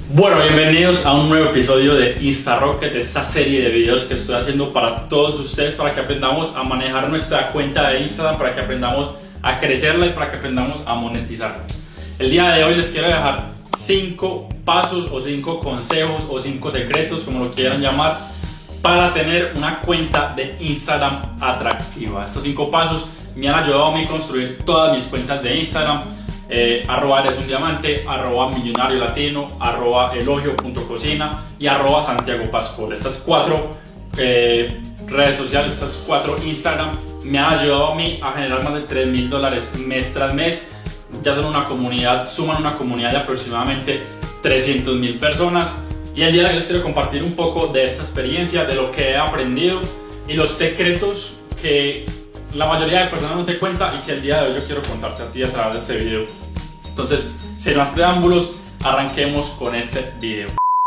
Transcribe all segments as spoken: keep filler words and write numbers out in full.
Bueno, bienvenidos a un nuevo episodio de InstaRocket, de esta serie de videos que estoy haciendo para todos ustedes, para que aprendamos a manejar nuestra cuenta de Instagram, para que aprendamos a crecerla y para que aprendamos a monetizarla. El día de hoy les quiero dejar cinco pasos o cinco consejos o cinco secretos, como lo quieran llamar, para tener una cuenta de Instagram atractiva. Estos cinco pasos me han ayudado a mí a construir todas mis cuentas de Instagram. Eh, arroba eres un diamante, arroba millonario latino, arroba elogio.cocina y arroba Santiago Pascual. Estas cuatro eh, redes sociales, estas cuatro Instagram me han ayudado a mí a generar más de tres mil dólares mes tras mes. Ya son una comunidad, suman una comunidad de aproximadamente trescientas mil personas. Y el día de hoy les quiero compartir un poco de esta experiencia, de lo que he aprendido y los secretos que la mayoría de personas no te cuenta y que el día de hoy yo quiero contarte a ti a través de este video. Entonces, sin más preámbulos, arranquemos con este video.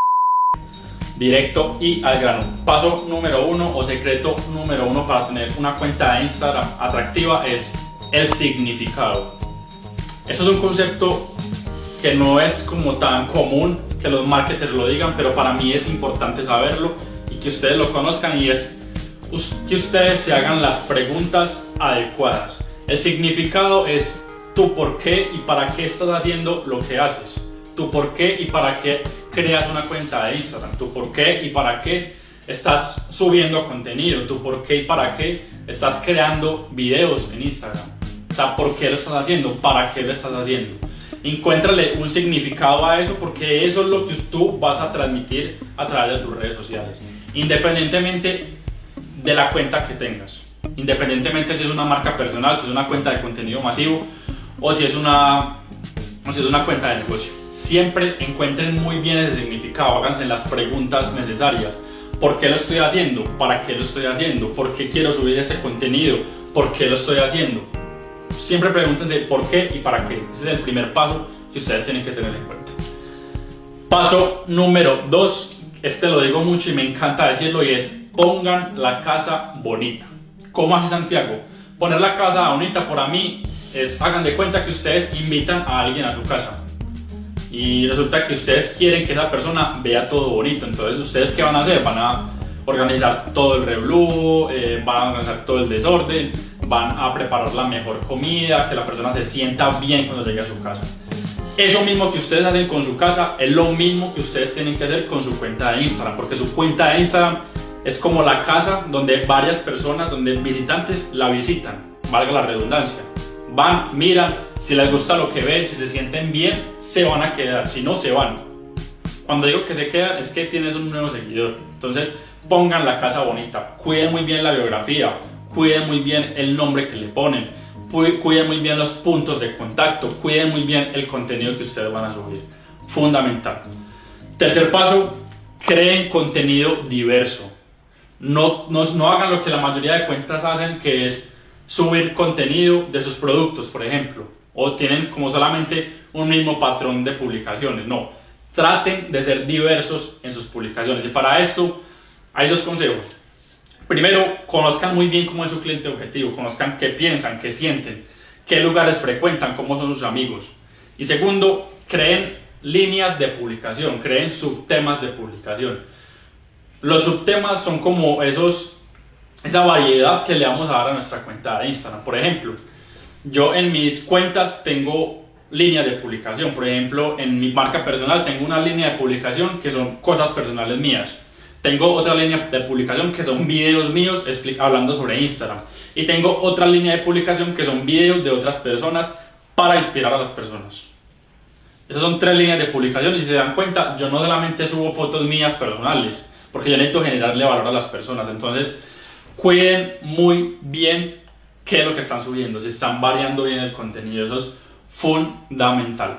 Directo y al grano. Paso número uno o secreto número uno para tener una cuenta de Instagram atractiva es el significado. Esto es un concepto que no es como tan común que los marketers lo digan, pero para mí es importante saberlo y que ustedes lo conozcan, y es que ustedes se hagan las preguntas adecuadas. El significado es tu por qué y para qué estás haciendo lo que haces, tu por qué y para qué creas una cuenta de Instagram, tu por qué y para qué estás subiendo contenido, tu por qué y para qué estás creando videos en Instagram. O sea, ¿por qué lo estás haciendo? ¿Para qué lo estás haciendo? Encuéntrale un significado a eso, porque eso es lo que tú vas a transmitir a través de tus redes sociales, independientemente de la cuenta que tengas, independientemente si es una marca personal, si es una cuenta de contenido masivo o si es una, o si es una cuenta de negocio. Siempre encuentren muy bien ese significado, háganse las preguntas necesarias. ¿Por qué lo estoy haciendo? ¿Para qué lo estoy haciendo? ¿Por qué quiero subir ese contenido? ¿Por qué lo estoy haciendo? Siempre pregúntense por qué y para qué. Ese es el primer paso que ustedes tienen que tener en cuenta. Paso número dos, este lo digo mucho y me encanta decirlo, y es: pongan la casa bonita. ¿Cómo hace Santiago? Poner la casa bonita para mí es, hagan de cuenta que ustedes invitan a alguien a su casa y resulta que ustedes quieren que esa persona vea todo bonito. Entonces, ¿ustedes qué van a hacer? Van a organizar todo el revolú, eh, van a organizar todo el desorden, van a preparar la mejor comida, que la persona se sienta bien cuando llegue a su casa. Eso mismo que ustedes hacen con su casa es lo mismo que ustedes tienen que hacer con su cuenta de Instagram, porque su cuenta de Instagram es como la casa donde varias personas, donde visitantes la visitan, valga la redundancia. Van, miran, si les gusta lo que ven, si se sienten bien, se van a quedar, si no, se van. Cuando digo que se quedan, es que tienes un nuevo seguidor. Entonces, pongan la casa bonita, cuiden muy bien la biografía, cuiden muy bien el nombre que le ponen, cuiden muy bien los puntos de contacto, cuiden muy bien el contenido que ustedes van a subir. Fundamental. Tercer paso, creen contenido diverso. No, no, no hagan lo que la mayoría de cuentas hacen, que es subir contenido de sus productos, por ejemplo, o tienen como solamente un mismo patrón de publicaciones. No, traten de ser diversos en sus publicaciones, y para esto hay dos consejos. Primero, conozcan muy bien cómo es su cliente objetivo, conozcan qué piensan, qué sienten, qué lugares frecuentan, cómo son sus amigos. Y segundo, creen líneas de publicación, creen subtemas de publicación. Los subtemas son como esos, esa variedad que le vamos a dar a nuestra cuenta de Instagram. Por ejemplo, yo en mis cuentas tengo líneas de publicación. Por ejemplo, en mi marca personal tengo una línea de publicación que son cosas personales mías. Tengo otra línea de publicación que son videos míos hablando sobre Instagram. Y tengo otra línea de publicación que son videos de otras personas para inspirar a las personas. Esas son tres líneas de publicación, y si se dan cuenta, yo no solamente subo fotos mías personales, porque yo necesito generarle valor a las personas. Entonces, cuiden muy bien qué es lo que están subiendo, si están variando bien el contenido. Eso es fundamental.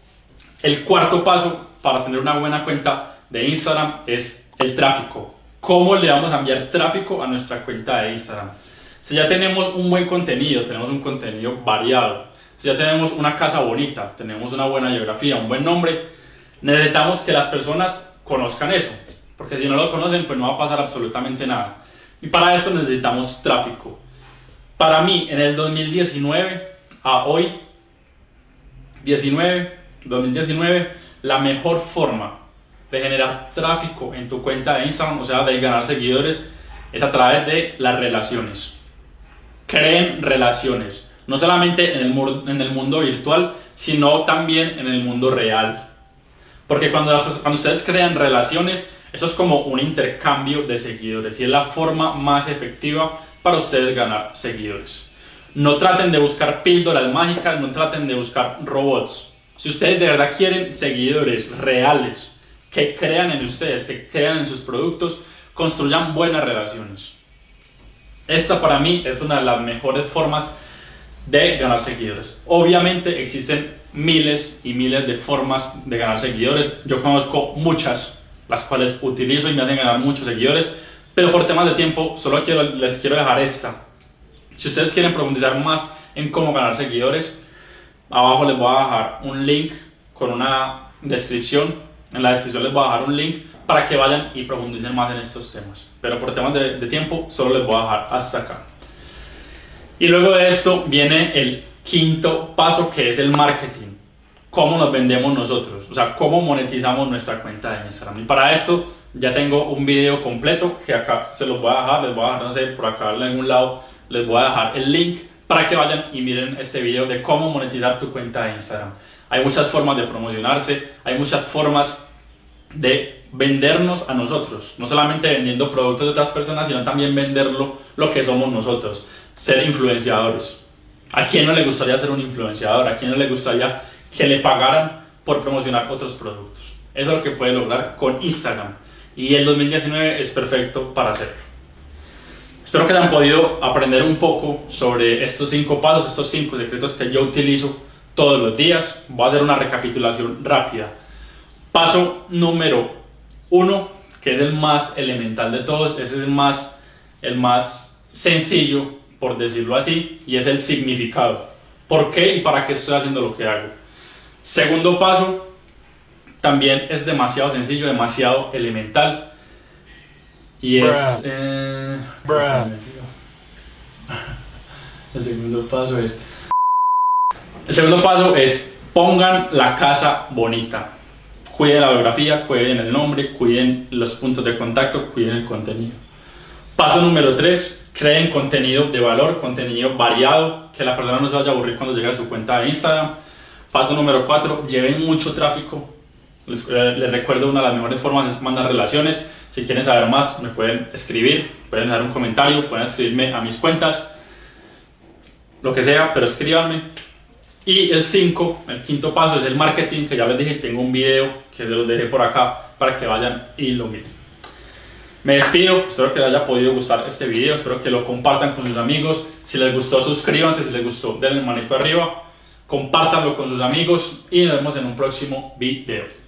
El cuarto paso para tener una buena cuenta de Instagram es el tráfico. ¿Cómo le vamos a enviar tráfico a nuestra cuenta de Instagram? Si ya tenemos un buen contenido, tenemos un contenido variado, si ya tenemos una casa bonita, tenemos una buena biografía, un buen nombre, necesitamos que las personas conozcan eso, porque si no lo conocen, pues no va a pasar absolutamente nada. Y para esto necesitamos tráfico. Para mí, en el dos mil diecinueve a hoy, diecinueve, dos mil diecinueve, la mejor forma de generar tráfico en tu cuenta de Instagram, o sea, de ganar seguidores, es a través de las relaciones. Creen relaciones, no solamente en el, en el mundo virtual, sino también en el mundo real. Porque cuando, las, cuando ustedes crean relaciones, eso es como un intercambio de seguidores y es la forma más efectiva para ustedes ganar seguidores. No traten de buscar píldoras mágicas, no traten de buscar robots. Si ustedes de verdad quieren seguidores reales, que crean en ustedes, que crean en sus productos, construyan buenas relaciones. Esta para mí es una de las mejores formas de ganar seguidores. Obviamente existen miles y miles de formas de ganar seguidores. Yo conozco muchas, las cuales utilizo y me hacen ganar muchos seguidores, pero por temas de tiempo solo quiero, les quiero dejar esta. Si ustedes quieren profundizar más en cómo ganar seguidores, abajo les voy a dejar un link con una descripción. En la descripción les voy a dejar un link para que vayan y profundicen más en estos temas. Pero por temas de, de tiempo solo les voy a dejar hasta acá. Y luego de esto viene el quinto paso, que es el marketing. Cómo nos vendemos nosotros, o sea, cómo monetizamos nuestra cuenta de Instagram. Y para esto ya tengo un video completo que acá se los voy a dejar, les voy a dejar, no sé, por acá en algún lado les voy a dejar el link para que vayan y miren este video de cómo monetizar tu cuenta de Instagram. Hay muchas formas de promocionarse, hay muchas formas de vendernos a nosotros, no solamente vendiendo productos de otras personas, sino también venderlo lo que somos nosotros, ser influenciadores. ¿A quién no le gustaría ser un influenciador? ¿A quién no le gustaría que le pagaran por promocionar otros productos? Eso es lo que puede lograr con Instagram y el dos mil diecinueve es perfecto para hacerlo. Espero que hayan podido aprender un poco sobre estos cinco pasos, estos cinco secretos que yo utilizo todos los días. Voy a hacer una recapitulación rápida. Paso número uno, que es el más elemental de todos, ese es el más, el más sencillo, por decirlo así, y es el significado. ¿Por qué y para qué estoy haciendo lo que hago? Segundo paso, también es demasiado sencillo, demasiado elemental, y es... Eh, el segundo paso es... El segundo paso es pongan la casa bonita. Cuiden la biografía, cuiden el nombre, cuiden los puntos de contacto, cuiden el contenido. Paso número tres, creen contenido de valor, contenido variado, que la persona no se vaya a aburrir cuando llegue a su cuenta de Instagram. Paso número cuatro, lleven mucho tráfico. Les, les recuerdo, una de las mejores formas es mandar relaciones. Si quieren saber más, me pueden escribir, pueden dejar un comentario, pueden escribirme a mis cuentas, lo que sea, pero escríbanme. Y el cinco, el quinto paso es el marketing, que ya les dije, tengo un video que se los dejé por acá para que vayan y lo miren. Me despido, espero que les haya podido gustar este video, espero que lo compartan con sus amigos. Si les gustó, suscríbanse, si les gustó, denle manito arriba, compártanlo con sus amigos y nos vemos en un próximo video.